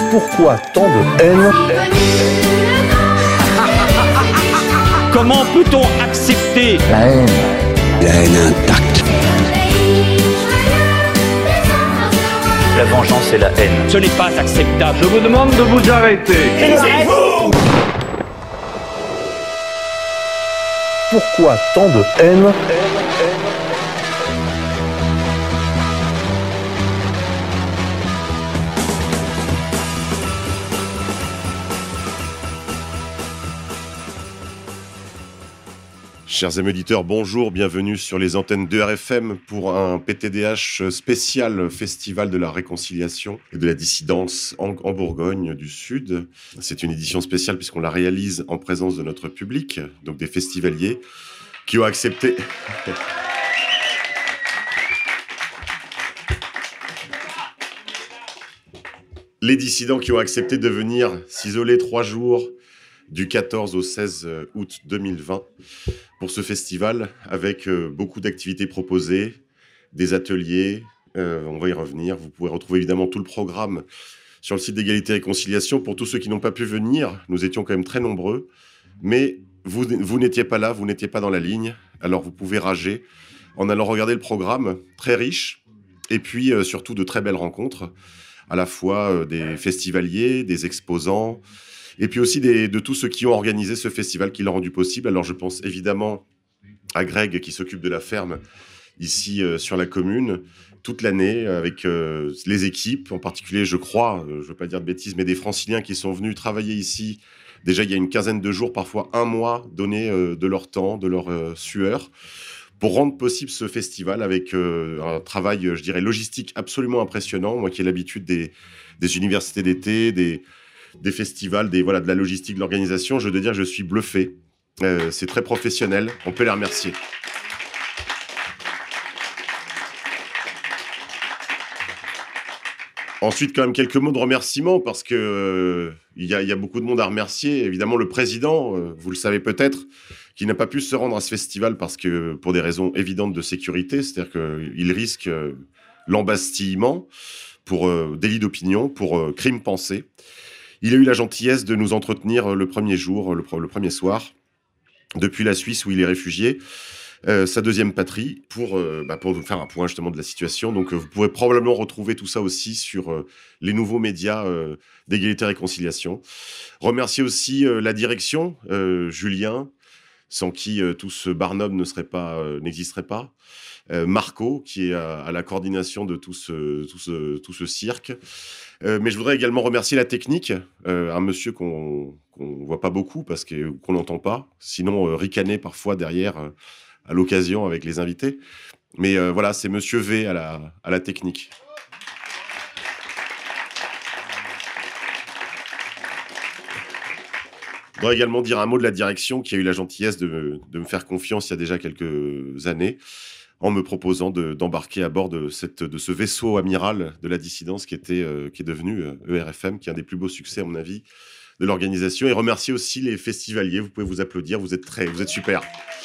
Pourquoi tant de haine? Comment peut-on accepter La haine. La haine intacte. La vengeance et la haine? Ce n'est pas acceptable. Je vous demande de vous arrêter. Taisez-vous! Pourquoi tant de haine? Chers amis auditeurs, bonjour, bienvenue sur les antennes de RFM pour un PTDH spécial Festival de la Réconciliation et de la Dissidence en Bourgogne du Sud. C'est une édition spéciale puisqu'on la réalise en présence de notre public, donc des festivaliers qui ont accepté... Les dissidents qui ont accepté de venir s'isoler 3 jours du 14 au 16 août 2020 pour ce festival avec beaucoup d'activités proposées, des ateliers, on va y revenir. Vous pouvez retrouver évidemment tout le programme sur le site d'Égalité et Réconciliation. Pour tous ceux qui n'ont pas pu venir, nous étions quand même très nombreux, mais vous n'étiez pas là, vous n'étiez pas dans la ligne, alors vous pouvez rager en allant regarder le programme, très riche, et puis surtout de très belles rencontres, à la fois des festivaliers, des exposants, et puis aussi de tous ceux qui ont organisé ce festival, qui l'ont rendu possible. Alors je pense évidemment à Greg qui s'occupe de la ferme ici sur la commune, toute l'année, avec les équipes, en particulier je crois, je ne veux pas dire de bêtises, mais des franciliens qui sont venus travailler ici, déjà il y a une quinzaine de jours, parfois un mois, donner de leur temps, de leur sueur, pour rendre possible ce festival avec un travail, je dirais, logistique absolument impressionnant. Moi qui ai l'habitude des universités d'été, des festivals, de la logistique, de l'organisation, je dois dire que je suis bluffé. C'est très professionnel, on peut les remercier. Ensuite, quand même, quelques mots de remerciement, parce que il y a beaucoup de monde à remercier. Évidemment, le président, vous le savez peut-être, qui n'a pas pu se rendre à ce festival parce que, pour des raisons évidentes de sécurité, c'est-à-dire qu'il risque l'embastillement pour délit d'opinion, pour crime pensé. Il a eu la gentillesse de nous entretenir le premier jour, le premier soir, depuis la Suisse où il est réfugié, sa deuxième patrie, pour nous faire un point justement de la situation. Donc vous pourrez probablement retrouver tout ça aussi sur les nouveaux médias d'Égalité et Réconciliation. Remercier aussi la direction, Julien, sans qui tout ce barnum n'existerait pas. Marco, qui est à la coordination de tout ce cirque. Mais je voudrais également remercier la technique, un monsieur qu'on voit pas beaucoup qu'on n'entend pas, sinon ricaner parfois derrière à l'occasion avec les invités. Mais voilà, c'est monsieur V à la technique. Je voudrais également dire un mot de la direction qui a eu la gentillesse de me faire confiance il y a déjà quelques années, en me proposant d'embarquer à bord de ce vaisseau amiral de la dissidence qui est devenu ERFM, qui est un des plus beaux succès, à mon avis, de l'organisation. Et remercier aussi les festivaliers. Vous pouvez vous applaudir, vous êtes super.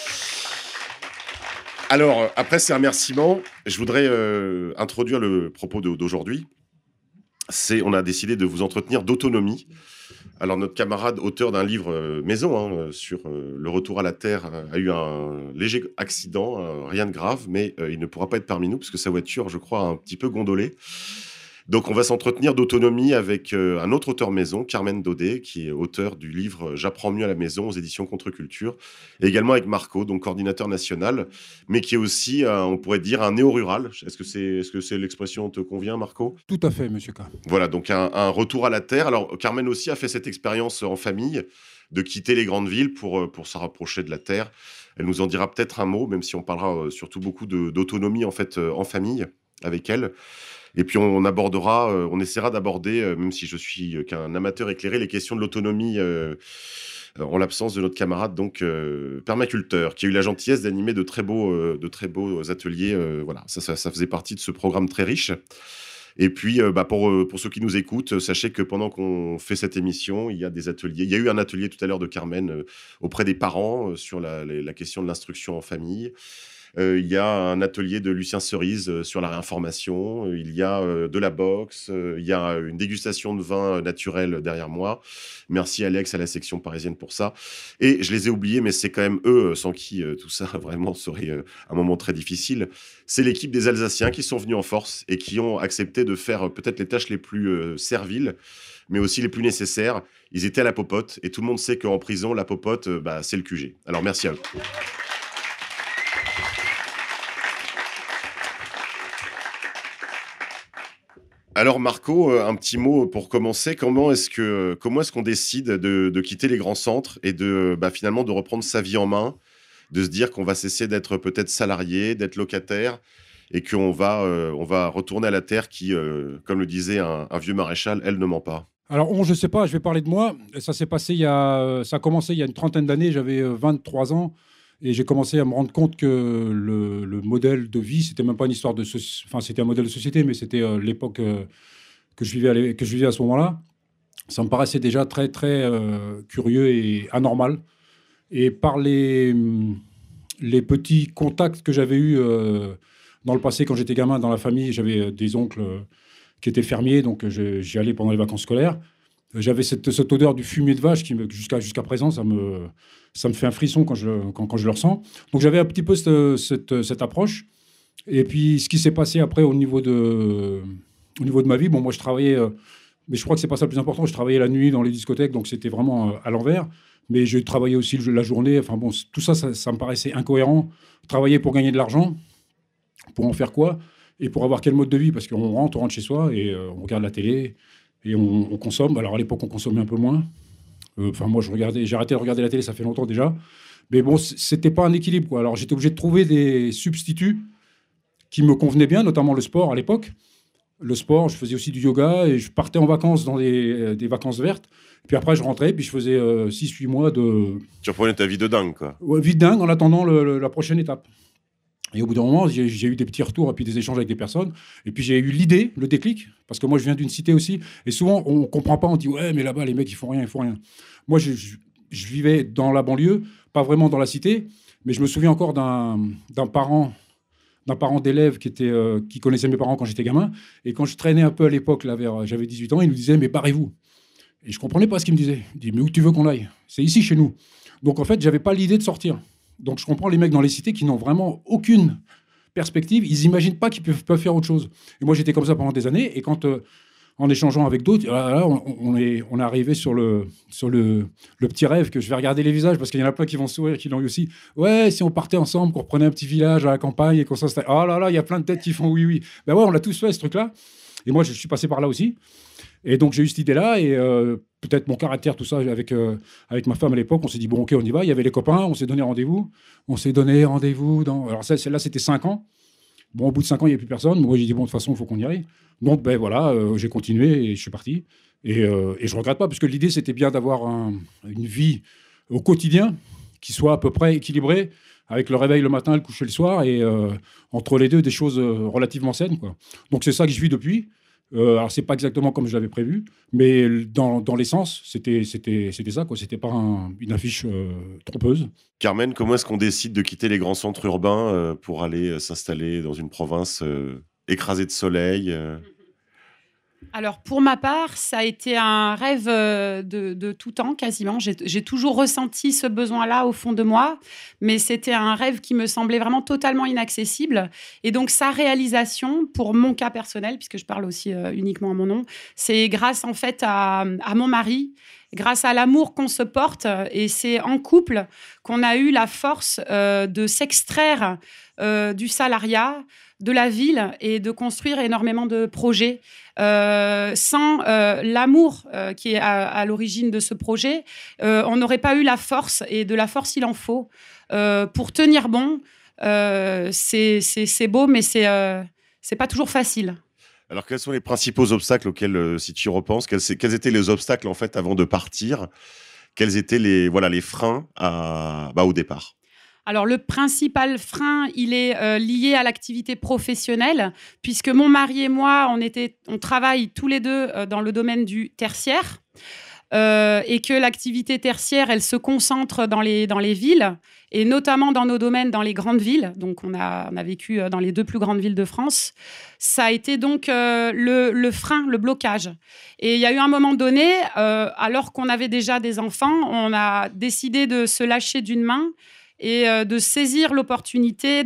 Alors, après ces remerciements, je voudrais introduire le propos d'aujourd'hui. On a décidé de vous entretenir d'autonomie. Alors, notre camarade, auteur d'un livre maison sur le retour à la Terre, a eu un léger accident, rien de grave, mais il ne pourra pas être parmi nous parce que sa voiture, je crois, a un petit peu gondolé. Donc, on va s'entretenir d'autonomie avec un autre auteur maison, Carmen Daudet, qui est auteur du livre J'apprends mieux à la maison aux éditions Contre-Culture, et également avec Marco, donc coordinateur national, mais qui est aussi, on pourrait dire, un néo-rural. Est-ce que l'expression te convient, Marco ? Tout à fait, monsieur K. Voilà, donc un retour à la terre. Alors, Carmen aussi a fait cette expérience en famille, de quitter les grandes villes pour se rapprocher de la terre. Elle nous en dira peut-être un mot, même si on parlera surtout beaucoup d'autonomie, en fait, en famille, avec elle. Et puis on essaiera d'aborder, même si je suis qu'un amateur éclairé, les questions de l'autonomie en l'absence de notre camarade donc permaculteur, qui a eu la gentillesse d'animer de très beaux ateliers. Voilà, ça faisait partie de ce programme très riche. Et puis, pour ceux qui nous écoutent, sachez que pendant qu'on fait cette émission, il y a des ateliers. Il y a eu un atelier tout à l'heure de Carmen auprès des parents sur la question de l'instruction en famille. Il y a un atelier de Lucien Cerise sur la réinformation. Il y a de la boxe. Il y a une dégustation de vin naturel derrière moi. Merci Alex à la section parisienne pour ça. Et je les ai oubliés, mais c'est quand même eux sans qui tout ça vraiment serait un moment très difficile. C'est l'équipe des Alsaciens qui sont venus en force et qui ont accepté de faire peut-être les tâches les plus serviles, mais aussi les plus nécessaires. Ils étaient à la popote et tout le monde sait qu'en prison, la popote, c'est le QG. Alors merci à eux. Alors Marco, un petit mot pour commencer. Comment est-ce qu'on décide de quitter les grands centres et de finalement de reprendre sa vie en main, de se dire qu'on va cesser d'être peut-être salarié, d'être locataire et qu'on va retourner à la terre qui, comme le disait un vieux maréchal, elle ne ment pas. Alors, je ne sais pas, je vais parler de moi. Ça s'est passé ça a commencé il y a une trentaine d'années, j'avais 23 ans. Et j'ai commencé à me rendre compte que le modèle de vie, c'était même pas une histoire de... Enfin, c'était un modèle de société, mais c'était l'époque que je vivais à ce moment-là. Ça me paraissait déjà très, très curieux et anormal. Et par les petits contacts que j'avais eus dans le passé, quand j'étais gamin, dans la famille, j'avais des oncles qui étaient fermiers, donc j'y allais pendant les vacances scolaires. J'avais cette odeur du fumier de vache qui, jusqu'à présent, ça me fait un frisson quand je le ressens. Donc j'avais un petit peu cette approche. Et puis ce qui s'est passé après au niveau de ma vie, bon, moi je travaillais, mais je crois que c'est pas ça le plus important. Je travaillais la nuit dans les discothèques, donc c'était vraiment à l'envers. Mais j'ai travaillé aussi la journée. Enfin bon, tout ça me paraissait incohérent. Travailler pour gagner de l'argent, pour en faire quoi? Et pour avoir quel mode de vie? Parce qu'on rentre chez soi et on regarde la télé. Et on consomme. Alors, à l'époque, on consommait un peu moins. Moi, j'ai arrêté de regarder la télé, ça fait longtemps déjà. Mais bon, c'était pas un équilibre, quoi. Alors, j'étais obligé de trouver des substituts qui me convenaient bien, notamment le sport à l'époque. Le sport, je faisais aussi du yoga et je partais en vacances dans des vacances vertes. Puis après, je rentrais, puis je faisais 6-8 mois de... Tu reprenais ta vie de dingue, quoi. Ouais, vie de dingue en attendant la prochaine étape. Et au bout d'un moment, j'ai eu des petits retours et puis des échanges avec des personnes. Et puis j'ai eu l'idée, le déclic, parce que moi, je viens d'une cité aussi. Et souvent, on ne comprend pas, on dit « Ouais, mais là-bas, les mecs, ils font rien. » Moi, je vivais dans la banlieue, pas vraiment dans la cité, mais je me souviens encore d'un parent d'élève qui connaissait mes parents quand j'étais gamin. Et quand je traînais un peu à l'époque, j'avais 18 ans, il nous disait « Mais barrez-vous !» Et je ne comprenais pas ce qu'il me disait. Il dit « Mais où tu veux qu'on aille? C'est ici, chez nous. » Donc en fait, je n'avais pas l'idée de sortir. Donc, je comprends les mecs dans les cités qui n'ont vraiment aucune perspective. Ils n'imaginent pas qu'ils peuvent faire autre chose. Et moi, j'étais comme ça pendant des années. Et quand, en échangeant avec d'autres, là, on est arrivé sur le petit rêve que je vais regarder les visages parce qu'il y en a plein qui vont sourire, qui l'ont eu aussi. Ouais, si on partait ensemble, qu'on reprenait un petit village à la campagne et qu'on s'installe. Oh là là, il y a plein de têtes qui font oui, oui. Ben ouais, on l'a tous fait, ce truc-là. Et moi, je suis passé par là aussi. Et donc, j'ai eu cette idée-là et peut-être mon caractère, tout ça, avec ma femme à l'époque, on s'est dit, bon, OK, on y va. Il y avait les copains, on s'est donné rendez-vous. Alors, celle-là, c'était 5 ans. Bon, au bout de 5 ans, il n'y avait plus personne. Moi, j'ai dit, bon, de toute façon, il faut qu'on y aille. Donc, ben voilà, j'ai continué et je suis parti. Et je ne regrette pas, parce que l'idée, c'était bien d'avoir une vie au quotidien qui soit à peu près équilibrée, avec le réveil le matin, le coucher le soir, et entre les deux, des choses relativement saines, quoi. Donc, c'est ça que je vis depuis. Alors, c'est pas exactement comme je l'avais prévu, mais dans l'essence, c'était ça, quoi. C'était pas une affiche trompeuse. Carmen, comment est-ce qu'on décide de quitter les grands centres urbains pour aller s'installer dans une province écrasée de soleil Alors, pour ma part, ça a été un rêve de tout temps, quasiment. J'ai toujours ressenti ce besoin-là au fond de moi, mais c'était un rêve qui me semblait vraiment totalement inaccessible. Et donc, sa réalisation, pour mon cas personnel, puisque je parle aussi uniquement à mon nom, c'est grâce, en fait, à mon mari, grâce à l'amour qu'on se porte. Et c'est en couple qu'on a eu la force de s'extraire du salariat, de la ville et de construire énormément de projets. Sans l'amour qui est à l'origine de ce projet, on n'aurait pas eu la force, et de la force, il en faut. Pour tenir bon, c'est beau, mais c'est pas toujours facile. Alors, quels sont les principaux obstacles auxquels, si tu y repenses, quels étaient les obstacles, en fait, avant de partir? Quels étaient les freins au départ? Alors, le principal frein, il est lié à l'activité professionnelle, puisque mon mari et moi, on travaille tous les deux dans le domaine du tertiaire. et que l'activité tertiaire, elle se concentre dans les villes, et notamment dans nos domaines, dans les grandes villes. Donc, on a vécu dans les 2 plus grandes villes de France. Ça a été donc le frein, le blocage. Et il y a eu un moment donné, alors qu'on avait déjà des enfants, on a décidé de se lâcher d'une main et de saisir l'opportunité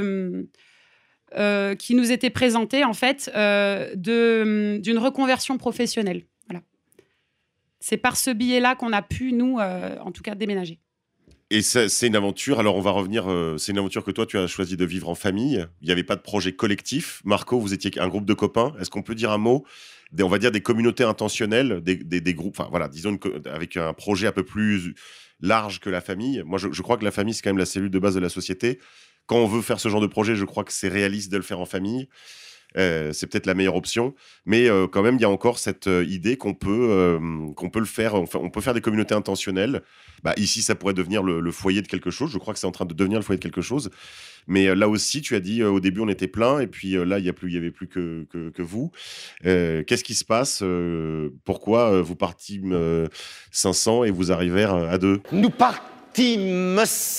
qui nous était présentée, en fait, d'une reconversion professionnelle. Voilà. C'est par ce biais-là qu'on a pu, nous, en tout cas, déménager. Et c'est une aventure, alors on va revenir, c'est une aventure que toi tu as choisi de vivre en famille, il n'y avait pas de projet collectif. Marco, vous étiez un groupe de copains, est-ce qu'on peut dire un mot, on va dire des communautés intentionnelles, des groupes, enfin voilà, disons avec un projet un peu plus large que la famille. Moi je crois que la famille c'est quand même la cellule de base de la société. Quand on veut faire ce genre de projet, je crois que c'est réaliste de le faire en famille. C'est peut-être la meilleure option, mais quand même il y a encore cette idée qu'on peut le faire, on peut faire des communautés intentionnelles. Ici ça pourrait devenir le foyer de quelque chose, je crois que c'est en train de devenir le foyer de quelque chose, mais là aussi tu as dit au début on était plein et puis là il y avait plus que vous. Qu'est-ce qui se passe, pourquoi vous partîmes 500 et vous arrivez à 2? Nous partîmes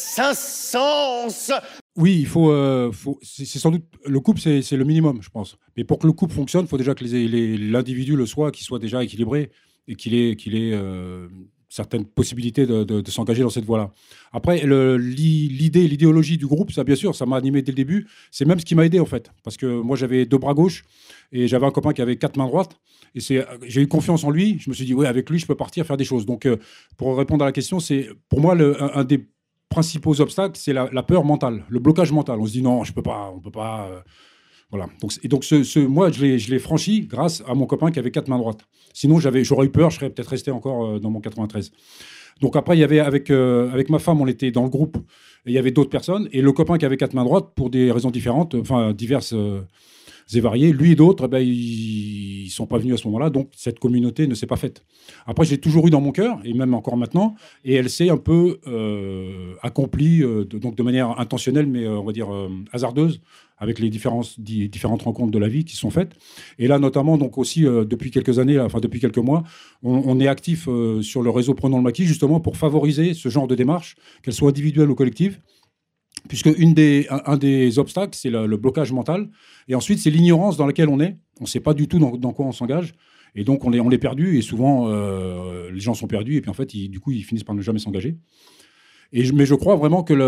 500. Oui, il faut c'est sans doute le couple, c'est le minimum, je pense. Mais pour que le couple fonctionne, il faut déjà que l'individu le soit, qu'il soit déjà équilibré et qu'il ait certaines possibilités de s'engager dans cette voie-là. Après, l'idéologie du groupe, ça bien sûr, ça m'a animé dès le début. C'est même ce qui m'a aidé en fait, parce que moi j'avais 2 bras gauches et j'avais un copain qui avait 4 mains droites. Et j'ai eu confiance en lui. Je me suis dit ouais, avec lui, je peux partir faire des choses. Donc pour répondre à la question, c'est pour moi un des principaux obstacles, c'est la peur mentale, le blocage mental. On se dit non, on peut pas. Voilà. Donc moi, je l'ai franchi grâce à mon copain qui avait 4 mains droites. Sinon, j'aurais eu peur, je serais peut-être resté encore dans mon 93. Donc après, il y avait avec ma femme, on était dans le groupe, et il y avait d'autres personnes, et le copain qui avait 4 mains droites, pour des raisons différentes, enfin diverses et variées, lui et d'autres, ils sont pas venus à ce moment-là, donc cette communauté ne s'est pas faite. Après, j'ai toujours eu dans mon cœur, et même encore maintenant, et elle s'est un peu accomplie donc de manière intentionnelle, mais on va dire hasardeuse, avec les différentes rencontres de la vie qui sont faites. Et là, notamment, donc aussi, depuis quelques années, enfin depuis quelques mois, on est actif sur le réseau Prenons le Maquis, justement pour favoriser ce genre de démarche, qu'elles soient individuelles ou collectives, puisque un des obstacles, c'est le blocage mental. Et ensuite, c'est l'ignorance dans laquelle on est. On ne sait pas du tout dans quoi on s'engage. Et donc, on est perdu. Et souvent, les gens sont perdus. Et puis, en fait, ils finissent par ne jamais s'engager. Mais je crois vraiment que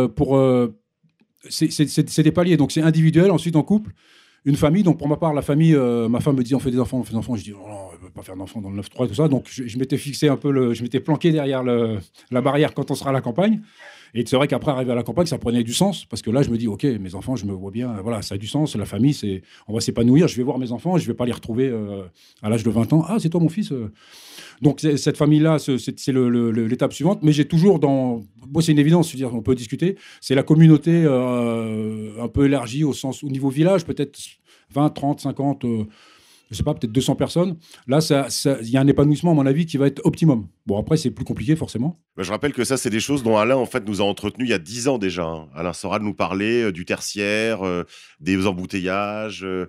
c'est des paliers. Donc, c'est individuel. Ensuite, en couple, une famille. Donc, pour ma part, la famille, ma femme me dit on fait des enfants, on fait des enfants. Je dis oh non, on ne peut pas faire d'enfants dans le 9-3 et tout ça. Donc, je m'étais fixé un peu, je m'étais planqué derrière la barrière quand on sera à la campagne. Et c'est vrai qu'après, arriver à la campagne, ça prenait du sens. Parce que là, je me dis, OK, mes enfants, je me vois bien. Voilà, ça a du sens. La famille, on va s'épanouir. Je vais voir mes enfants. Je ne vais pas les retrouver à l'âge de 20 ans. Ah, c'est toi, mon fils. Donc, cette famille-là, c'est l'étape suivante. Mais j'ai toujours moi, c'est une évidence. Je veux dire, on peut discuter. C'est la communauté un peu élargie au niveau village, peut-être 20, 30, 50... je sais pas, peut-être 200 personnes. Là, il y a un épanouissement, à mon avis, qui va être optimum. Bon, après, c'est plus compliqué, forcément. Je rappelle que ça, c'est des choses dont Alain, en fait, nous a entretenu il y a 10 ans déjà. Hein. Alain Soral nous parlait du tertiaire, des embouteillages, de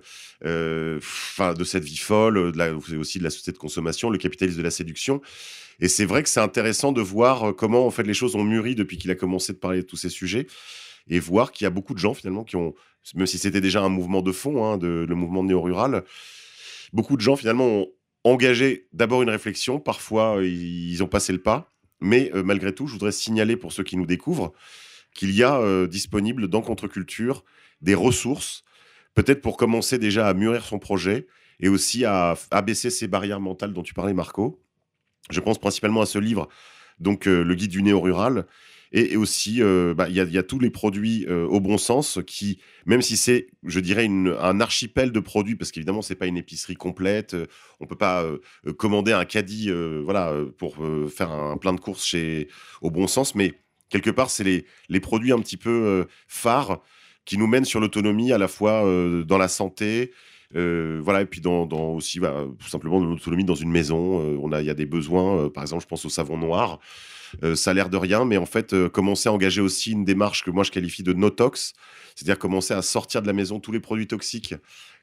cette vie folle, aussi de la société de consommation, le capitalisme de la séduction. Et c'est vrai que c'est intéressant de voir comment, en fait, les choses ont mûri depuis qu'il a commencé de parler de tous ces sujets et voir qu'il y a beaucoup de gens, finalement, qui ont, même si c'était déjà un mouvement de fond, hein, le mouvement néo-rural, beaucoup de gens, finalement, ont engagé d'abord une réflexion. Parfois, ils ont passé le pas. Mais malgré tout, je voudrais signaler pour ceux qui nous découvrent qu'il y a disponible dans Contre-Culture des ressources, peut-être pour commencer déjà à mûrir son projet et aussi à abaisser ces barrières mentales dont tu parlais, Marco. Je pense principalement à ce livre, donc le guide du néo-rural. Et aussi, il y a tous les produits au bon sens qui, même si c'est, je dirais, un archipel de produits, parce qu'évidemment, c'est pas une épicerie complète, on peut pas commander un caddie pour faire un plein de courses au bon sens, mais quelque part, c'est les produits un petit peu phares qui nous mènent sur l'autonomie, à la fois dans la santé, et puis dans aussi tout simplement de l'autonomie dans une maison. Il y a des besoins, par exemple, je pense au savon noir. Ça a l'air de rien, mais en fait, commencer à engager aussi une démarche que moi je qualifie de no-tox, c'est-à-dire commencer à sortir de la maison tous les produits toxiques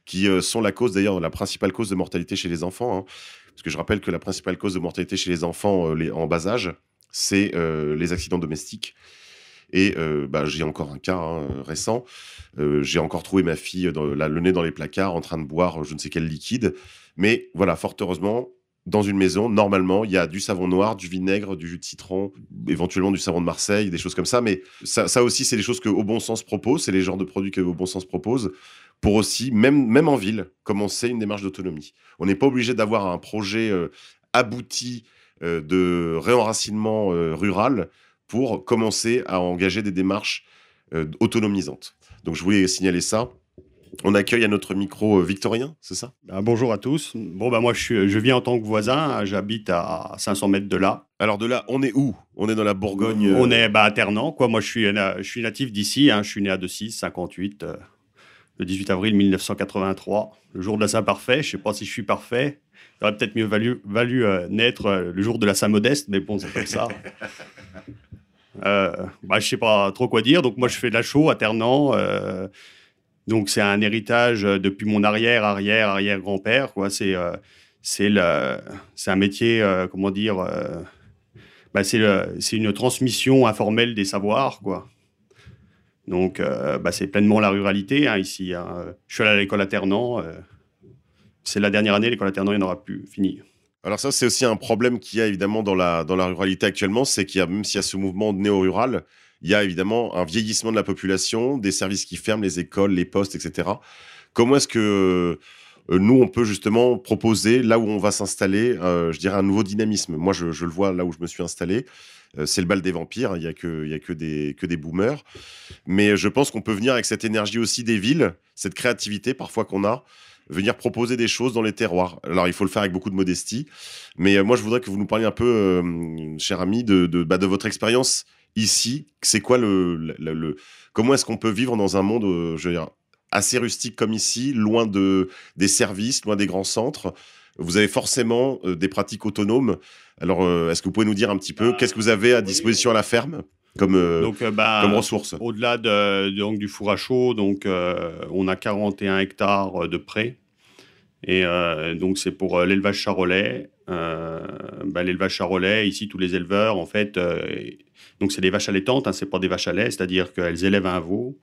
qui sont la cause, d'ailleurs, la principale cause de mortalité chez les enfants. Hein. Parce que je rappelle que la principale cause de mortalité chez les enfants en bas âge, c'est les accidents domestiques. Et j'ai encore un cas récent. J'ai encore trouvé ma fille le nez dans les placards en train de boire je ne sais quel liquide. Mais voilà, fort heureusement, dans une maison, normalement, il y a du savon noir, du vinaigre, du jus de citron, éventuellement du savon de Marseille, des choses comme ça. Mais ça aussi, c'est des choses que Au Bon Sens propose. C'est les genres de produits que Au Bon Sens propose pour aussi, même en ville, commencer une démarche d'autonomie. On n'est pas obligé d'avoir un projet abouti de réenracinement rural pour commencer à engager des démarches autonomisantes. Donc, je voulais signaler ça. On accueille à notre micro Victorien, c'est ça ? Bonjour à tous. Moi, je viens en tant que voisin. J'habite à 500 mètres de là. Alors, de là, on est où ? On est dans la Bourgogne On est à Ternant, quoi. Moi, je suis natif d'ici. Je suis né à Decisse, 58, le 18 avril 1983, le jour de la Saint-Parfait. Je ne sais pas si je suis parfait. Il aurait peut-être mieux valu naître le jour de la Saint-Modeste, mais bon, c'est comme ça. Je sais pas trop quoi dire. Donc moi je fais de la chaux à Ternant. Donc c'est un héritage depuis mon arrière grand-père, quoi. C'est un métier, c'est une transmission informelle des savoirs, quoi. Donc c'est pleinement la ruralité ici. Je suis allé à l'école à Ternant. C'est la dernière année, l'école à Ternant, il n'y en aura plus, fini. Alors ça, c'est aussi un problème qu'il y a évidemment dans la ruralité actuellement, c'est qu'il y a, même s'il y a ce mouvement néo-rural, il y a évidemment un vieillissement de la population, des services qui ferment, les écoles, les postes, etc. Comment est-ce que nous, on peut justement proposer, là où on va s'installer, je dirais un nouveau dynamisme ? Moi, je le vois là où je me suis installé, c'est le bal des vampires, il n'y a que des boomers. Mais je pense qu'on peut venir avec cette énergie aussi des villes, cette créativité parfois qu'on a, venir proposer des choses dans les terroirs. Alors, il faut le faire avec beaucoup de modestie. Mais moi, je voudrais que vous nous parliez un peu, cher ami, de votre expérience ici. C'est quoi comment est-ce qu'on peut vivre dans un monde, je veux dire, assez rustique comme ici, loin des services, loin des grands centres ? Vous avez forcément des pratiques autonomes. Alors, est-ce que vous pouvez nous dire un petit peu qu'est-ce que vous avez à disposition à la ferme comme ressources ? Au-delà du four à chaud, on a 41 hectares de prés. Et donc, c'est pour l'élevage charolais. L'élevage charolais, ici, tous les éleveurs, en fait, donc c'est des vaches allaitantes, c'est pas des vaches à lait, c'est-à-dire qu'elles élèvent un veau.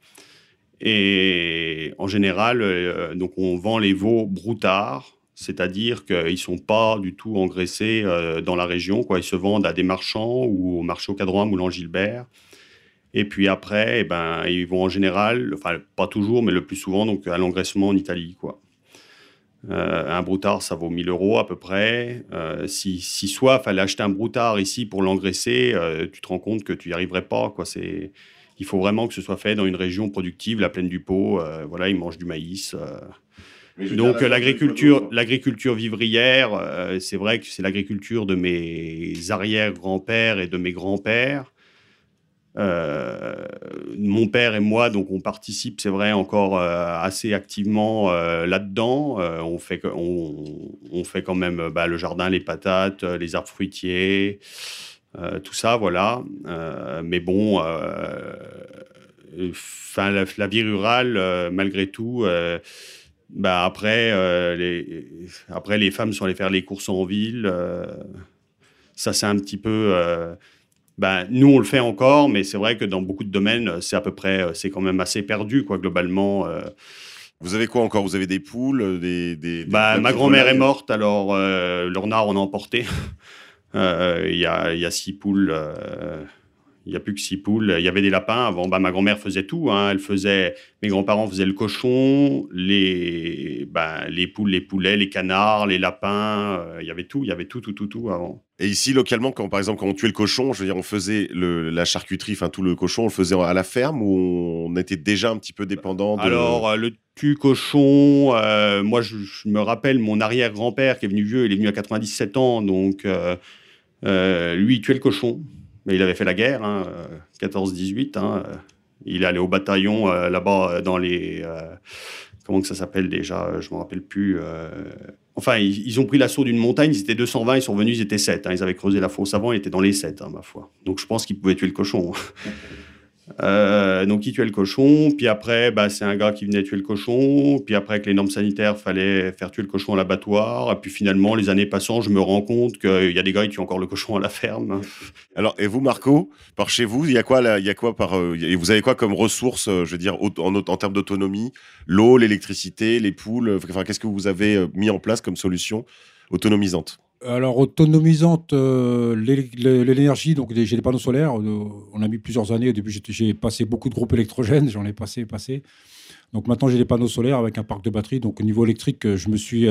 Et en général, donc on vend les veaux broutards, c'est-à-dire qu'ils ne sont pas du tout engraissés dans la région, quoi. Ils se vendent à des marchands ou au marché au Cadran, Moulin-Gilbert. Et puis après, ils vont en général, enfin pas toujours, mais le plus souvent, donc à l'engraissement en Italie, quoi. Un broutard, ça vaut 1 000 € à peu près. Si soit il fallait acheter un broutard ici pour l'engraisser, tu te rends compte que tu n'y arriverais pas, quoi. Il faut vraiment que ce soit fait dans une région productive, la plaine du Pô. Ils mangent du maïs. Donc l'agriculture vivrière, c'est vrai que c'est l'agriculture de mes arrière-grands-pères et de mes grands-pères. Mon père et moi, donc on participe, c'est vrai, encore assez activement là-dedans. On fait quand même le jardin, les patates, les arbres fruitiers, tout ça, voilà. Mais bon, la vie rurale, malgré tout. Après, les femmes sont allées faire les courses en ville. Ça, c'est un petit peu. Nous, on le fait encore, mais c'est vrai que dans beaucoup de domaines, c'est quand même assez perdu, quoi, globalement. Vous avez quoi encore ? Vous avez des poules, ma grand-mère est morte, alors l'ornard, on a emporté. Il y a 6 poules. Il n'y a plus que 6 poules. Il y avait des lapins. Avant, ma grand-mère faisait tout. Mes grands-parents faisaient le cochon, les poules, les poulets, les canards, les lapins. Il y avait tout. Il y avait tout avant. Et ici, localement, par exemple, quand on tuait le cochon, je veux dire, on faisait la charcuterie, tout le cochon, on le faisait à la ferme ou on était déjà un petit peu dépendant de... Alors, le tue-cochon, moi, je me rappelle, mon arrière-grand-père qui est venu vieux, il est venu à 97 ans, donc lui, il tuait le cochon. Mais il avait fait la guerre, 14-18. Il est allé au bataillon là-bas dans les... comment que ça s'appelle déjà ? Je ne me rappelle plus. Ils ont pris l'assaut d'une montagne, ils étaient 220, ils sont venus, ils étaient 7. Ils avaient creusé la fosse avant, ils étaient dans les 7, ma foi. Donc je pense qu'ils pouvaient tuer le cochon. Donc, il tuait le cochon. Puis après, c'est un gars qui venait tuer le cochon. Puis après, avec les normes sanitaires, il fallait faire tuer le cochon à l'abattoir. Et puis finalement, les années passant, je me rends compte qu'il y a des gars qui tuent encore le cochon à la ferme. Alors, et vous, Marco, par chez vous, il y a quoi vous avez quoi comme ressources, je veux dire, en termes d'autonomie? L'eau, l'électricité, les poules. Enfin, qu'est-ce que vous avez mis en place comme solution autonomisante? Alors, autonomisante, l'énergie, donc j'ai des panneaux solaires. On a mis plusieurs années. Au début, j'ai passé beaucoup de groupes électrogènes. J'en ai passé. Donc maintenant, j'ai des panneaux solaires avec un parc de batteries. Donc au niveau électrique, je me suis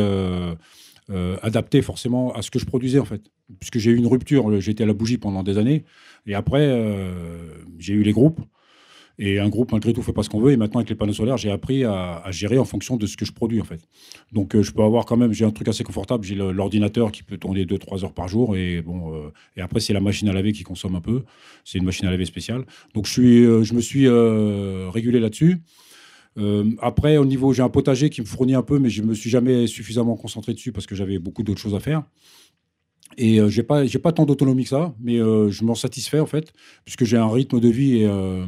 adapté forcément à ce que je produisais, en fait. Puisque j'ai eu une rupture. J'étais à la bougie pendant des années. Et après, j'ai eu les groupes. Et un groupe, malgré tout, ne fait pas ce qu'on veut. Et maintenant, avec les panneaux solaires, j'ai appris à gérer en fonction de ce que je produis, en fait. Donc, je peux avoir quand même... J'ai un truc assez confortable. J'ai l'ordinateur qui peut tourner 2-3 heures par jour. Et, et après, c'est la machine à laver qui consomme un peu. C'est une machine à laver spéciale. Donc, je me suis régulé là-dessus. Après, au niveau... J'ai un potager qui me fournit un peu, mais je ne me suis jamais suffisamment concentré dessus parce que j'avais beaucoup d'autres choses à faire. Et j'ai pas tant d'autonomie que ça, mais je m'en satisfais en fait, puisque j'ai un rythme de vie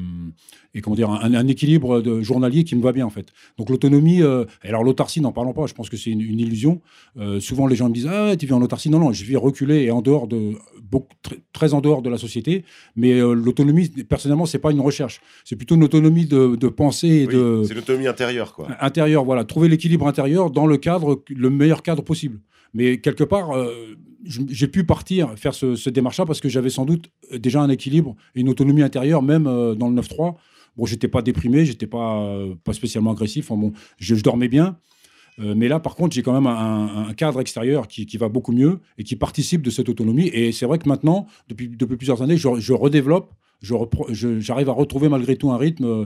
et comment dire, un équilibre journalier qui me va bien en fait. Donc l'autonomie, alors l'autarcie, n'en parlons pas, je pense que c'est une illusion. Souvent les gens me disent ah tu vis en autarcie, non, je vis reculé et en dehors très en dehors de la société. Mais l'autonomie, personnellement, c'est pas une recherche, c'est plutôt une autonomie de pensée et c'est l'autonomie intérieure quoi. Intérieure, voilà, trouver l'équilibre intérieur dans le meilleur cadre possible. Mais quelque part, j'ai pu partir faire ce démarche-là parce que j'avais sans doute déjà un équilibre et une autonomie intérieure, même dans le 9-3. Bon, j'étais pas déprimé, j'étais pas spécialement agressif. Enfin, bon, je dormais bien. Mais là, par contre, j'ai quand même un cadre extérieur qui va beaucoup mieux et qui participe de cette autonomie. Et c'est vrai que maintenant, depuis plusieurs années, je redéveloppe, j'arrive à retrouver malgré tout un rythme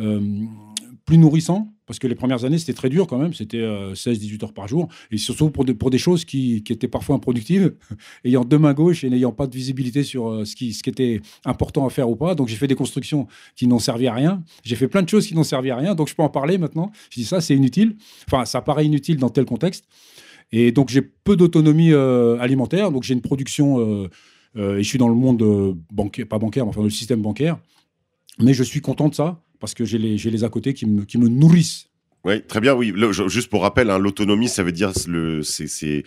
plus nourrissant. Parce que les premières années, c'était très dur quand même. C'était 16-18 heures par jour. Et surtout pour des choses qui étaient parfois improductives, ayant deux mains gauches et n'ayant pas de visibilité sur ce qui était important à faire ou pas. Donc, j'ai fait des constructions qui n'ont servi à rien. J'ai fait plein de choses qui n'ont servi à rien. Donc, je peux en parler maintenant. Je dis ça, c'est inutile. Enfin, ça paraît inutile dans tel contexte. Et donc, j'ai peu d'autonomie alimentaire. Donc, j'ai une production... et je suis dans le monde bancaire, pas bancaire, mais enfin, le système bancaire. Mais je suis content de ça. Parce que j'ai les à côté qui me nourrissent. Oui, très bien, oui. Juste pour rappel, l'autonomie, ça veut dire c'est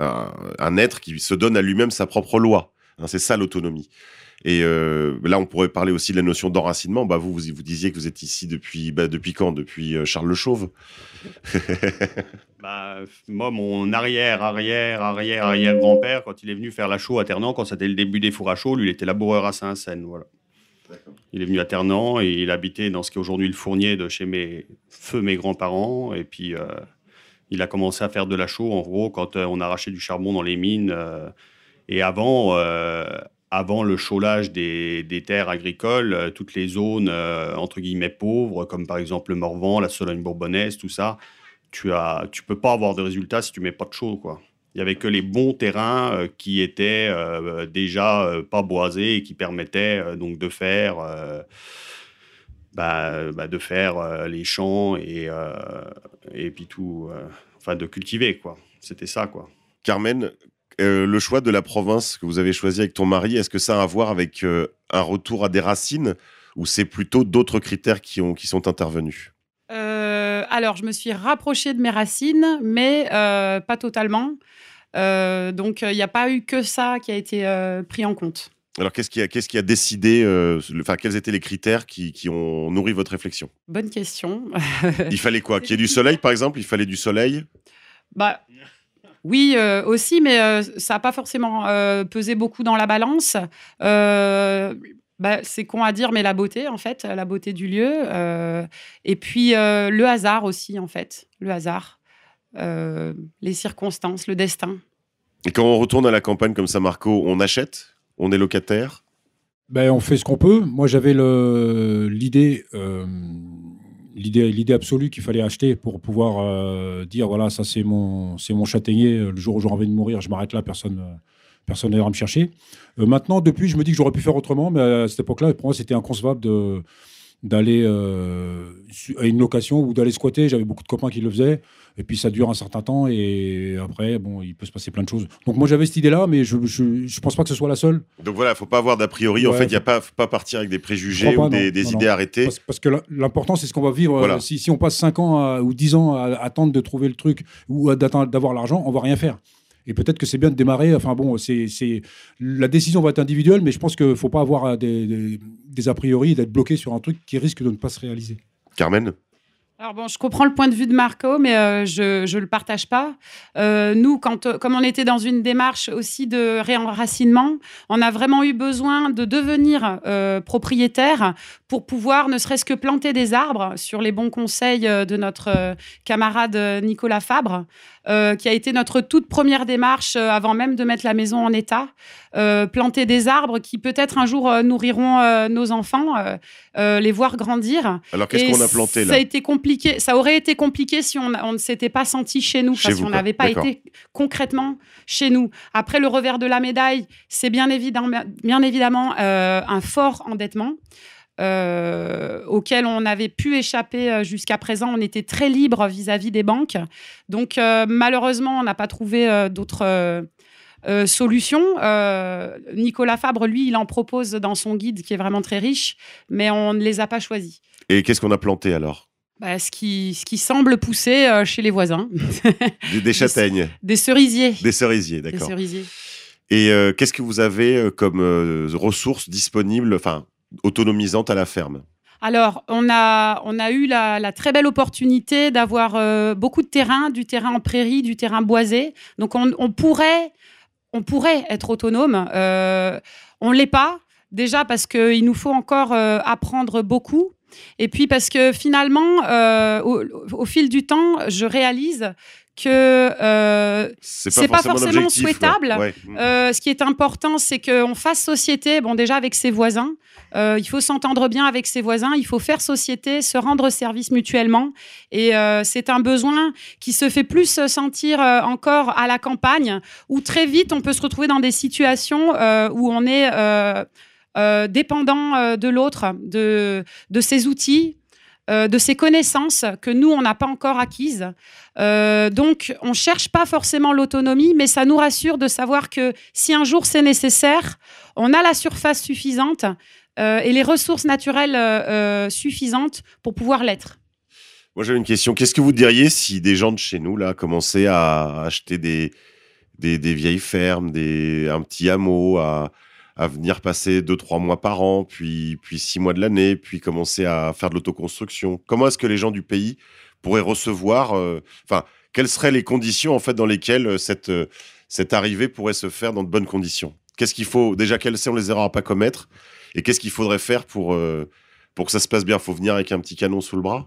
un être qui se donne à lui-même sa propre loi. C'est ça l'autonomie. Et là, on pourrait parler aussi de la notion d'enracinement. Vous disiez que vous êtes ici depuis quand? Depuis Charles le Chauve. Moi, mon arrière-grand-père, quand il est venu faire la chaux à Ternant, quand c'était le début des fours à chaux, lui, il était laboureur à Saint-Seine, voilà. D'accord. Il est venu à Ternant et il habitait dans ce qui est aujourd'hui le Fournier de chez mes grands-parents. Et puis, il a commencé à faire de la chaux, en gros, quand on arrachait du charbon dans les mines. Et avant le chaulage des terres agricoles, toutes les zones, entre guillemets, pauvres, comme par exemple le Morvan, la Sologne bourbonnaise, tout ça, tu peux pas avoir de résultats si tu mets pas de chaux, quoi. Il n'y avait que les bons terrains qui étaient déjà pas boisés et qui permettaient donc de faire, les champs et puis tout, de cultiver, quoi. C'était ça, quoi. Carmen, le choix de la province que vous avez choisi avec ton mari, est-ce que ça a à voir avec un retour à des racines ou c'est plutôt d'autres critères qui sont intervenus? Alors, je me suis rapprochée de mes racines, mais pas totalement. Donc, il n'y a pas eu que ça qui a été pris en compte. Alors, qu'est-ce qui a décidé, quels étaient les critères qui ont nourri votre réflexion? Bonne question. Il fallait quoi? Qu'il y ait du soleil, par exemple? Il fallait du soleil? Oui, aussi, mais ça n'a pas forcément pesé beaucoup dans la balance. C'est con à dire, mais la beauté, en fait, la beauté du lieu. Et puis, le hasard aussi, en fait. Le hasard. Les circonstances, le destin. Et quand on retourne à la campagne comme ça, Marco, on achète? On est locataire? On fait ce qu'on peut. Moi, j'avais l'idée absolue qu'il fallait acheter pour pouvoir dire, voilà, ça c'est mon châtaignier. Le jour où j'aurai envie de mourir, je m'arrête là, personne n'ira me chercher. Maintenant, depuis, je me dis que j'aurais pu faire autrement, mais à cette époque-là, pour moi, c'était inconcevable d'aller à une location ou d'aller squatter. J'avais beaucoup de copains qui le faisaient. Et puis ça dure un certain temps et après, bon, il peut se passer plein de choses. Donc moi j'avais cette idée-là, mais je pense pas que ce soit la seule. Donc voilà, il ne faut pas avoir d'a priori. En fait, il n'y a pas, faut pas partir avec des préjugés ou des idées arrêtées. Parce que l'important, c'est ce qu'on va vivre. Voilà. Si on passe 5 ans ou 10 ans à attendre de trouver le truc ou d'avoir l'argent, on va rien faire. Et peut-être que c'est bien de démarrer. Enfin bon, la décision va être individuelle, mais je pense qu'il ne faut pas avoir des a priori, d'être bloqué sur un truc qui risque de ne pas se réaliser. Carmen ? Alors bon, je comprends le point de vue de Marco, mais je le partage pas. Nous, comme on était dans une démarche aussi de réenracinement, on a vraiment eu besoin de devenir propriétaire pour pouvoir ne serait-ce que planter des arbres sur les bons conseils de notre camarade Nicolas Fabre, qui a été notre toute première démarche avant même de mettre la maison en état. Planter des arbres qui peut-être un jour nourriront nos enfants, les voir grandir. Alors qu'est-ce qu'on a planté là ? Ça aurait été compliqué si on ne s'était pas senti chez nous, parce qu'on n'avait pas été concrètement chez nous. Après, le revers de la médaille, c'est bien évidemment un fort endettement. Auquel on avait pu échapper jusqu'à présent. On était très libre vis-à-vis des banques. Donc, malheureusement, on n'a pas trouvé d'autres solutions. Nicolas Fabre, lui, il en propose dans son guide qui est vraiment très riche, mais on ne les a pas choisis. Et qu'est-ce qu'on a planté alors ? Ce qui semble pousser chez les voisins. Des châtaignes. Des cerisiers. Des cerisiers, d'accord. Des cerisiers. Et qu'est-ce que vous avez comme ressources disponibles, autonomisantes à la ferme ? Alors, on a eu la très belle opportunité d'avoir beaucoup de terrain, du terrain en prairie, du terrain boisé. Donc, on pourrait être autonome. On ne l'est pas, déjà parce qu'il nous faut encore apprendre beaucoup. Et puis parce que finalement, au fil du temps, je réalise que c'est pas forcément souhaitable. Ouais. Ce qui est important, c'est qu'on fasse société, déjà avec ses voisins. Il faut s'entendre bien avec ses voisins, il faut faire société, se rendre service mutuellement. Et c'est un besoin qui se fait plus sentir encore à la campagne, où très vite, on peut se retrouver dans des situations où on est dépendant de l'autre, de ses outils, de ses connaissances que nous, on n'a pas encore acquises. Donc, on ne cherche pas forcément l'autonomie, mais ça nous rassure de savoir que si un jour c'est nécessaire, on a la surface suffisante et les ressources naturelles suffisantes pour pouvoir l'être. Moi, j'avais une question. Qu'est-ce que vous diriez si des gens de chez nous là, commençaient à acheter des vieilles fermes, un petit hameau, à venir passer 2-3 mois par an, puis 6 mois de l'année, puis commencer à faire de l'autoconstruction ? Comment est-ce que les gens du pays pourraient recevoir... quelles seraient les conditions en fait, dans lesquelles cette arrivée pourrait se faire dans de bonnes conditions ? Qu'est-ce qu'il faut... Déjà, quelles sont les erreurs à ne pas commettre ? Et qu'est-ce qu'il faudrait faire pour que ça se passe bien ? Il faut venir avec un petit canon sous le bras ?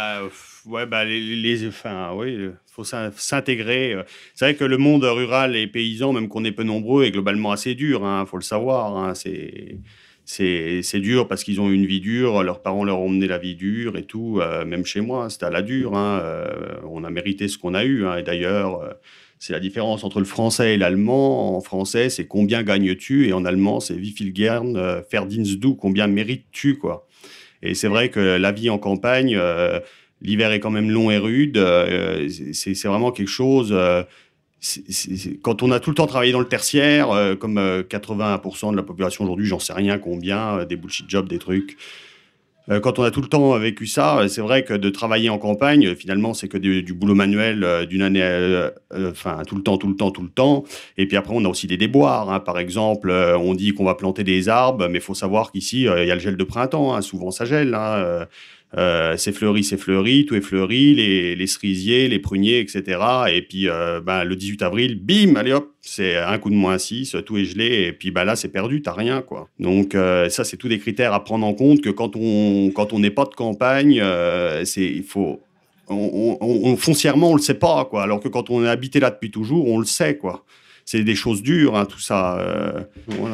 Faut s'intégrer. C'est vrai que le monde rural et paysan, même qu'on est peu nombreux, est globalement assez dur, faut le savoir. C'est dur parce qu'ils ont eu une vie dure, leurs parents leur ont mené la vie dure et tout. Même chez moi, c'était à la dure. On a mérité ce qu'on a eu. Et d'ailleurs, c'est la différence entre le français et l'allemand. En français, c'est combien gagnes-tu ? Et en allemand, c'est wie viel gern verdienst du ? Combien mérites-tu, quoi ? Et c'est vrai que la vie en campagne, l'hiver est quand même long et rude. C'est vraiment quelque chose... quand on a tout le temps travaillé dans le tertiaire, comme 80% de la population aujourd'hui, j'en sais rien combien, des bullshit jobs, des trucs. Quand on a tout le temps vécu ça, c'est vrai que de travailler en campagne, finalement, c'est que du boulot manuel d'une année, tout le temps. Et puis après, on a aussi des déboires. Par exemple, on dit qu'on va planter des arbres, mais il faut savoir qu'ici, il y a le gel de printemps. Souvent, ça gèle. C'est fleuri, tout est fleuri, les cerisiers, les pruniers, etc. Et puis, le 18 avril, bim, allez hop, c'est un coup de -6, tout est gelé, et puis là, c'est perdu, t'as rien, quoi. Donc, ça, c'est tous des critères à prendre en compte, que quand on n'est pas de campagne, foncièrement, on le sait pas, quoi. Alors que quand on est habité là depuis toujours, on le sait, quoi. C'est des choses dures, tout ça. Voilà.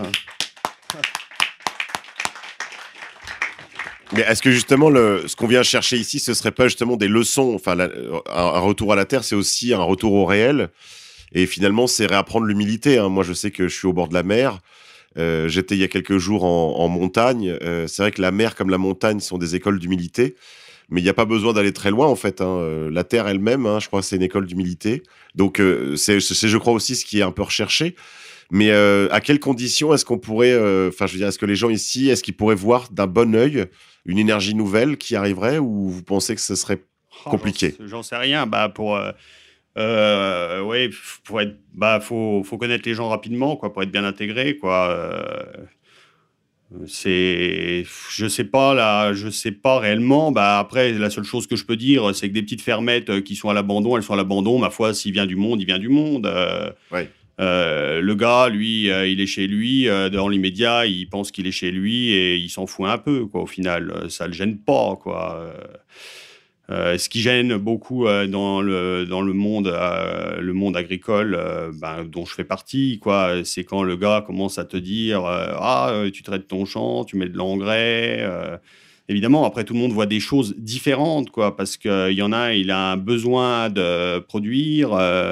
Mais est-ce que justement, ce qu'on vient chercher ici, ce ne serait pas justement des leçons ? Un retour à la terre, c'est aussi un retour au réel. Et finalement, c'est réapprendre l'humilité. Moi, je sais que je suis au bord de la mer. J'étais il y a quelques jours en montagne. C'est vrai que la mer comme la montagne sont des écoles d'humilité, mais il n'y a pas besoin d'aller très loin en fait. La terre elle-même, je crois que c'est une école d'humilité. Donc c'est, je crois aussi ce qui est un peu recherché. Mais à quelles conditions est-ce qu'on pourrait, je veux dire, est-ce que les gens ici, est-ce qu'ils pourraient voir d'un bon œil une énergie nouvelle qui arriverait, ou vous pensez que ce serait compliqué? J'en sais rien. Pour être, faut connaître les gens rapidement, quoi, pour être bien intégré, quoi. Je sais pas réellement. Après, la seule chose que je peux dire, c'est que des petites fermettes qui sont à l'abandon, elles sont à l'abandon. Ma foi, s'il vient du monde, il vient du monde. Ouais. Le gars, lui, il est chez lui. Dans l'immédiat, il pense qu'il est chez lui et il s'en fout un peu, quoi. Au final, ça le gêne pas, quoi. Ce qui gêne beaucoup dans le monde agricole, dont je fais partie, quoi, c'est quand le gars commence à te dire tu traites ton champ, tu mets de l'engrais. Évidemment, après, tout le monde voit des choses différentes, quoi, parce qu'il y en a, il a un besoin de produire.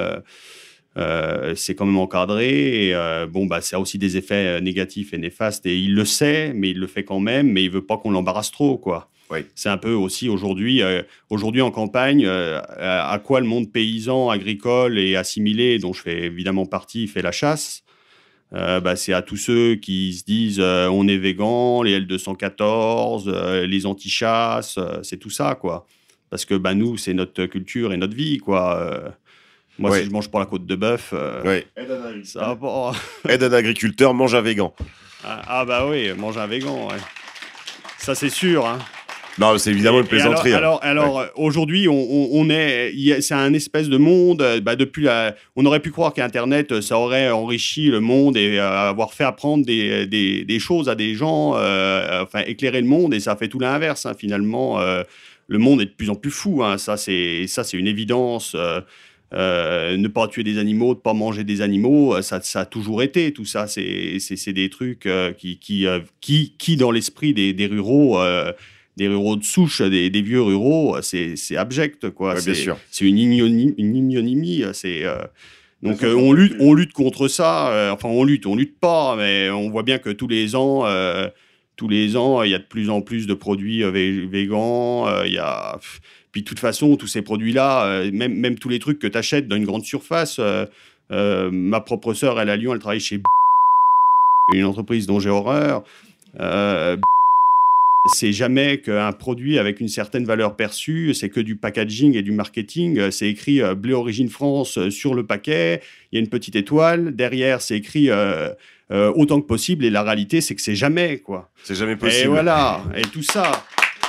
C'est quand même encadré. Et, ça a aussi des effets négatifs et néfastes. Et il le sait, mais il le fait quand même. Mais il veut pas qu'on l'embarrasse trop, quoi. Oui. C'est un peu aussi aujourd'hui en campagne, à quoi le monde paysan, agricole et assimilé, dont je fais évidemment partie, fait la chasse. C'est à tous ceux qui se disent on est végan, les L214, les anti-chasses, c'est tout ça, quoi. Parce que nous, c'est notre culture et notre vie, quoi. Moi, si je mange pas la côte de bœuf, ça va pas. Aide un agriculteur, mange un végan. Oui, mange un végan, ouais. Ça, c'est sûr, hein. Non, c'est évidemment une plaisanterie. Alors aujourd'hui, c'est un espèce de monde. On aurait pu croire qu'Internet, ça aurait enrichi le monde et avoir fait apprendre des choses à des gens, éclairer le monde, et ça fait tout l'inverse, hein, finalement. Le monde est de plus en plus fou, hein. Ça, c'est une évidence. Ne pas tuer des animaux, ne pas manger des animaux, ça a toujours été. Tout ça, c'est des trucs qui dans l'esprit des ruraux. Des ruraux de souche, des vieux ruraux, c'est abject, quoi. Ouais, bien sûr. C'est une ignominie. Donc on lutte contre ça. On lutte pas, mais on voit bien que tous les ans, il y a de plus en plus de produits végans. Puis de toute façon, tous ces produits-là, même tous les trucs que tu achètes dans une grande surface. Ma propre sœur, elle à Lyon, elle travaille chez une entreprise dont j'ai horreur. C'est jamais qu'un produit avec une certaine valeur perçue, c'est que du packaging et du marketing. C'est écrit Blé Origine France sur le paquet, il y a une petite étoile, derrière c'est écrit autant que possible, et la réalité c'est que c'est jamais, quoi. C'est jamais possible. Et voilà, et tout ça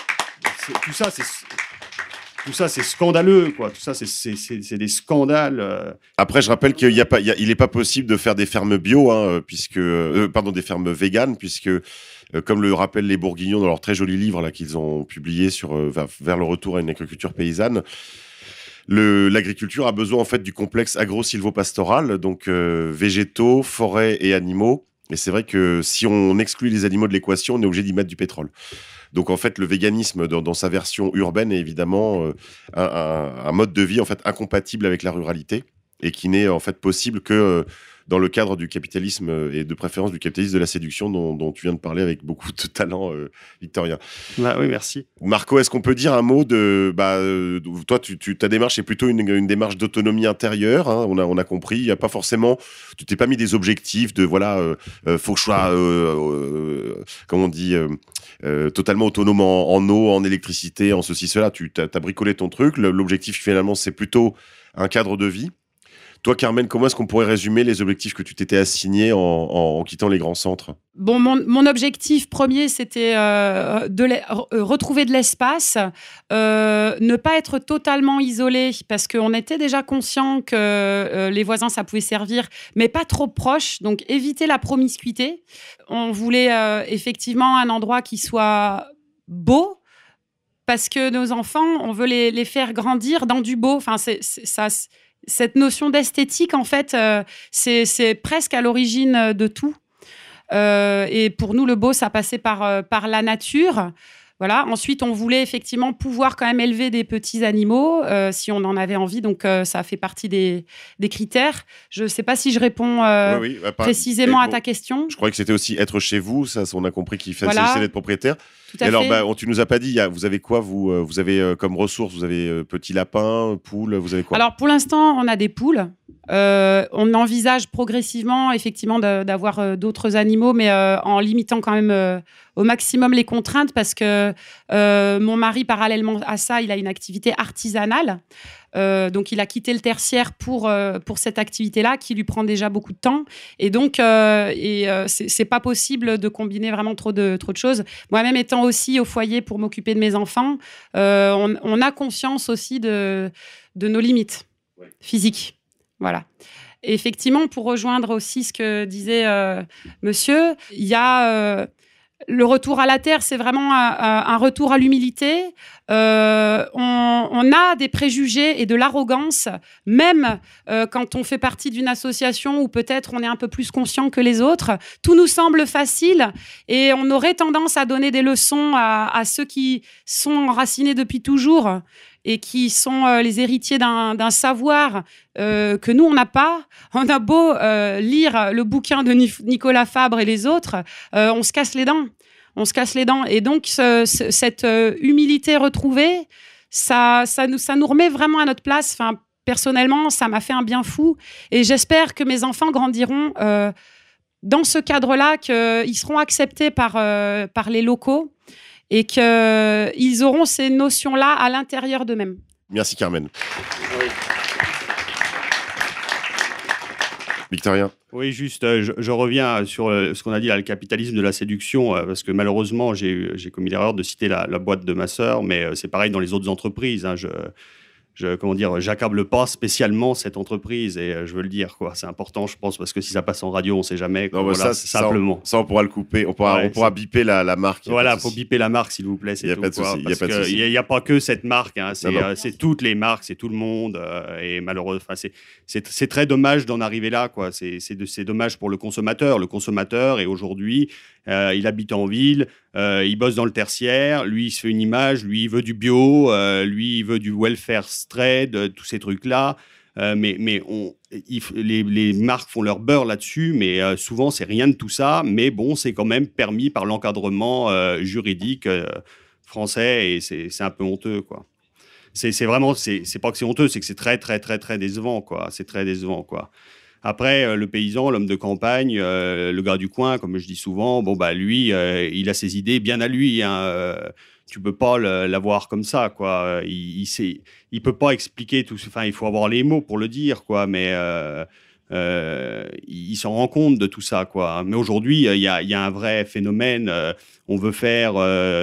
c'est scandaleux, quoi. Tout ça c'est des scandales. Après, je rappelle qu'il n'est pas possible de faire des fermes bio, des fermes véganes, puisque comme le rappellent les Bourguignons dans leur très joli livre là, qu'ils ont publié sur vers le retour à une agriculture paysanne, l'agriculture a besoin en fait du complexe agro-sylvo-pastoral, donc végétaux, forêts et animaux. Et c'est vrai que si on exclut les animaux de l'équation, on est obligé d'y mettre du pétrole. Donc en fait, le véganisme dans sa version urbaine est évidemment un mode de vie en fait incompatible avec la ruralité, et qui n'est en fait possible que dans le cadre du capitalisme, et de préférence du capitalisme de la séduction dont tu viens de parler avec beaucoup de talent, Victorien. Oui, merci. Marco, est-ce qu'on peut dire un mot toi, ta démarche est plutôt une démarche d'autonomie intérieure, hein, on a compris, il y a pas forcément, tu t'es pas mis des objectifs de faut que je sois, totalement autonome en eau, en électricité, en ceci, cela. Tu as bricolé ton truc. L'objectif, finalement, c'est plutôt un cadre de vie. Toi, Carmen, comment est-ce qu'on pourrait résumer les objectifs que tu t'étais assignés en quittant les grands centres ? Bon, mon objectif premier, c'était retrouver de l'espace, ne pas être totalement isolé, parce qu'on était déjà conscient que les voisins, ça pouvait servir, mais pas trop proche, donc éviter la promiscuité. On voulait effectivement un endroit qui soit beau, parce que nos enfants, on veut les faire grandir dans du beau. Enfin, cette notion d'esthétique, en fait, c'est presque à l'origine de tout. Et pour nous, le beau, ça passait par la nature. Voilà. Ensuite, on voulait effectivement pouvoir quand même élever des petits animaux si on en avait envie. Donc, ça fait partie des critères. Je ne sais pas si je réponds précisément à ta question. Je croyais que c'était aussi être chez vous. Ça, on a compris qu'il fallait d'être propriétaire. Tout à fait. Alors, tu nous as pas dit, vous avez quoi vous avez comme ressources, vous avez petits lapins, poules, vous avez quoi? Alors, pour l'instant, on a des poules. On envisage progressivement, effectivement, d'avoir d'autres animaux, mais en limitant quand même au maximum les contraintes, parce que mon mari, parallèlement à ça, il a une activité artisanale. Donc, il a quitté le tertiaire pour cette activité-là, qui lui prend déjà beaucoup de temps. Et donc, c'est pas possible de combiner vraiment trop de choses. Moi-même, étant aussi au foyer pour m'occuper de mes enfants, on a conscience aussi de nos limites physiques. Voilà. Et effectivement, pour rejoindre aussi ce que disait monsieur, il y a le retour à la terre, c'est vraiment un retour à l'humilité. On a des préjugés et de l'arrogance, même quand on fait partie d'une association où peut-être on est un peu plus conscient que les autres. Tout nous semble facile et on aurait tendance à donner des leçons à ceux qui sont enracinés depuis toujours et qui sont les héritiers d'un savoir que nous, on n'a pas. On a beau lire le bouquin de Nicolas Fabre et les autres, on se casse les dents. On se casse les dents. Et donc, cette humilité retrouvée, ça nous remet vraiment à notre place. Enfin, personnellement, ça m'a fait un bien fou. Et j'espère que mes enfants grandiront dans ce cadre-là, qu'ils seront acceptés par les locaux et qu'ils auront ces notions-là à l'intérieur d'eux-mêmes. Merci Carmen. Victorien. Oui, juste, je reviens sur ce qu'on a dit là, le capitalisme de la séduction, parce que malheureusement, j'ai commis l'erreur de citer la boîte de ma sœur, mais c'est pareil dans les autres entreprises. Hein, j'accable pas spécialement cette entreprise, et je veux le dire, quoi. C'est important, je pense, parce que si ça passe en radio, on sait jamais. Non, voilà, simplement. Ça, on pourra le couper. On pourra biper la marque. Voilà, faut biper la marque, s'il vous plaît. Il n'y a pas de souci. Il n'y a pas que cette marque. Hein, c'est toutes les marques, c'est tout le monde. Et malheureusement, c'est très dommage d'en arriver là, quoi. C'est dommage pour le consommateur. Le consommateur, et aujourd'hui, il habite en ville, il bosse dans le tertiaire, lui, il se fait une image, lui, il veut du bio, lui, il veut du welfare trade, tous ces trucs-là. Mais les marques font leur beurre là-dessus, mais souvent, c'est rien de tout ça. Mais bon, c'est quand même permis par l'encadrement juridique français, et c'est un peu honteux, quoi. C'est vraiment, c'est pas que c'est honteux, c'est que c'est très, très, très, très décevant, quoi. C'est très décevant, quoi. Après, le paysan, l'homme de campagne, le gars du coin, comme je dis souvent, bon, bah, lui, il a ses idées bien à lui. Hein, tu peux pas l'avoir comme ça, quoi. Il peut pas expliquer tout. Enfin, il faut avoir les mots pour le dire, quoi. Mais il s'en rend compte de tout ça, quoi. Mais aujourd'hui, il y a un vrai phénomène. On veut faire,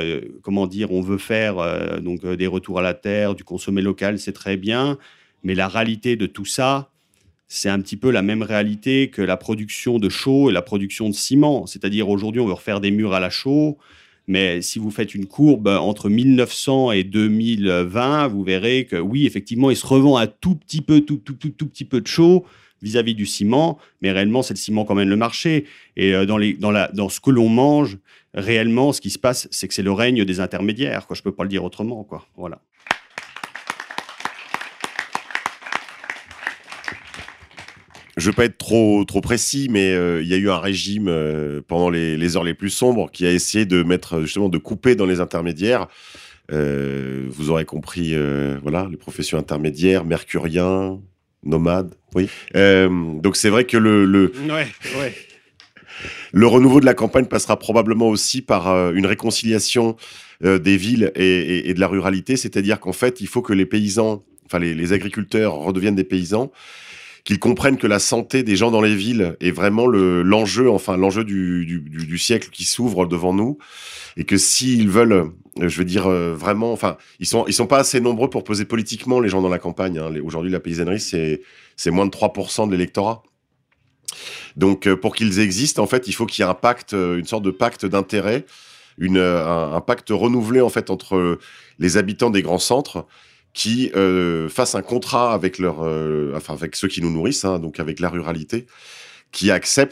donc des retours à la terre, du consommer local, c'est très bien. Mais la réalité de tout ça, c'est un petit peu la même réalité que la production de chaux et la production de ciment. C'est-à-dire, aujourd'hui, on veut refaire des murs à la chaux, mais si vous faites une courbe entre 1900 et 2020, vous verrez que, oui, effectivement, il se revend un tout petit peu de chaux vis-à-vis du ciment, mais réellement, c'est le ciment quand même le marché. Et dans ce que l'on mange, réellement, ce qui se passe, c'est que c'est le règne des intermédiaires, quoi. Je ne peux pas le dire autrement, quoi. Voilà. Je ne veux pas être trop précis, mais il y a eu un régime pendant les heures les plus sombres qui a essayé de couper dans les intermédiaires. Vous aurez compris, voilà, les professions intermédiaires, mercuriens, nomades. Oui. Donc c'est vrai que le renouveau de la campagne passera probablement aussi par une réconciliation des villes et de la ruralité. C'est-à-dire qu'en fait, il faut que les paysans, enfin les agriculteurs redeviennent des paysans, qu'ils comprennent que la santé des gens dans les villes est vraiment l'enjeu du siècle qui s'ouvre devant nous, et que s'ils veulent, vraiment, enfin, ils sont pas assez nombreux pour peser politiquement, les gens dans la campagne. Hein. Aujourd'hui, la paysannerie, c'est moins de 3% de l'électorat. Donc, pour qu'ils existent, en fait, il faut qu'il y ait un pacte, une sorte de pacte d'intérêt, un pacte renouvelé, en fait, entre les habitants des grands centres, qui fassent un contrat avec avec ceux qui nous nourrissent, hein, donc avec la ruralité, qui acceptent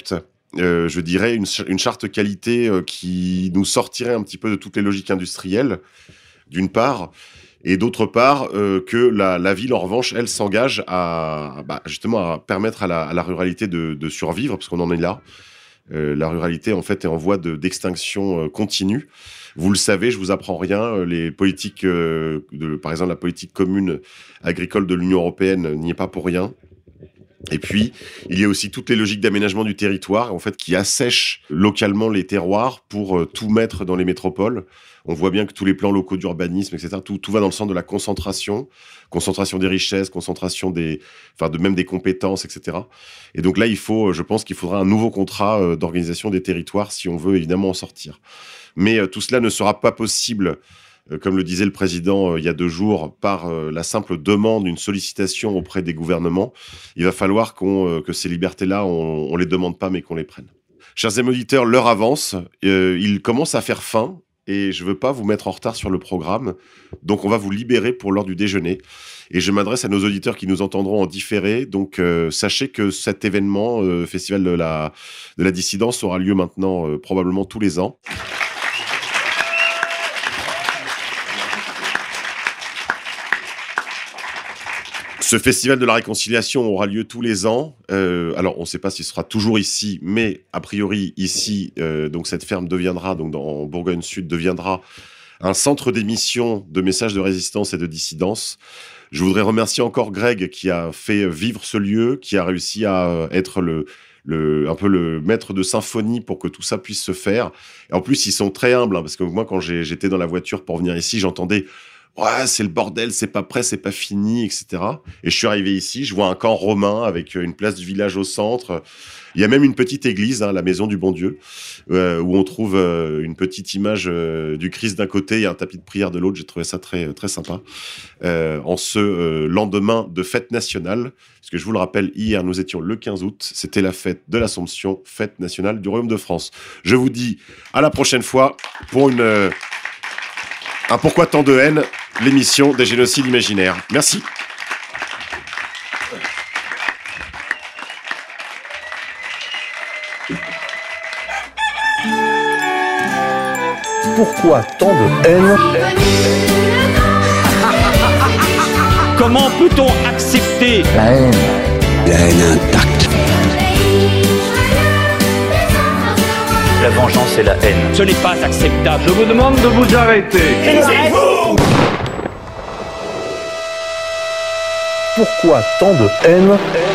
je dirais, une charte qualité qui nous sortirait un petit peu de toutes les logiques industrielles, d'une part, et d'autre part, que la ville, en revanche, elle s'engage justement à permettre à la ruralité de survivre, parce qu'on en est là. La ruralité, en fait, est en voie d'extinction continue. Vous le savez, je vous apprends rien. Les politiques, par exemple, la politique commune agricole de l'Union européenne n'y est pas pour rien. Et puis, il y a aussi toutes les logiques d'aménagement du territoire, en fait, qui assèchent localement les terroirs pour tout mettre dans les métropoles. On voit bien que tous les plans locaux d'urbanisme, etc., tout va dans le sens de la concentration des richesses, concentration même des compétences, etc. Et donc là, je pense qu'il faudra un nouveau contrat d'organisation des territoires si on veut évidemment en sortir. Mais tout cela ne sera pas possible, comme le disait le président il y a 2 jours, par la simple demande, une sollicitation auprès des gouvernements. Il va falloir que ces libertés-là, on les demande pas, mais qu'on les prenne. Chers amis auditeurs, l'heure avance, il commence à faire faim. Et je ne veux pas vous mettre en retard sur le programme. Donc, on va vous libérer pour l'heure du déjeuner. Et je m'adresse à nos auditeurs qui nous entendront en différé. Donc, sachez que cet événement, Festival de la dissidence, aura lieu maintenant probablement tous les ans. Ce festival de la réconciliation aura lieu tous les ans. Alors, on ne sait pas si ce sera toujours ici, mais a priori, ici, donc cette ferme deviendra, donc en Bourgogne-Sud, deviendra un centre d'émission de messages de résistance et de dissidence. Je voudrais remercier encore Greg qui a fait vivre ce lieu, qui a réussi à être un peu le maître de symphonie pour que tout ça puisse se faire. Et en plus, ils sont très humbles, parce que moi, quand j'étais dans la voiture pour venir ici, j'entendais « Ouais, c'est le bordel, c'est pas prêt, c'est pas fini, etc. » Et je suis arrivé ici, je vois un camp romain avec une place du village au centre. Il y a même une petite église, la Maison du Bon Dieu, où on trouve une petite image du Christ d'un côté et un tapis de prière de l'autre. J'ai trouvé ça très, très sympa. En ce lendemain de fête nationale, parce que je vous le rappelle, hier, nous étions le 15 août, c'était la fête de l'Assomption, fête nationale du Royaume de France. Je vous dis à la prochaine fois pour un Pourquoi tant de haine, l'émission des génocides imaginaires. Merci. Pourquoi tant de haine? Comment peut-on accepter La haine. La haine intacte. la vengeance et la haine? Ce n'est pas acceptable. Je vous demande de vous arrêter. Pourquoi tant de haine?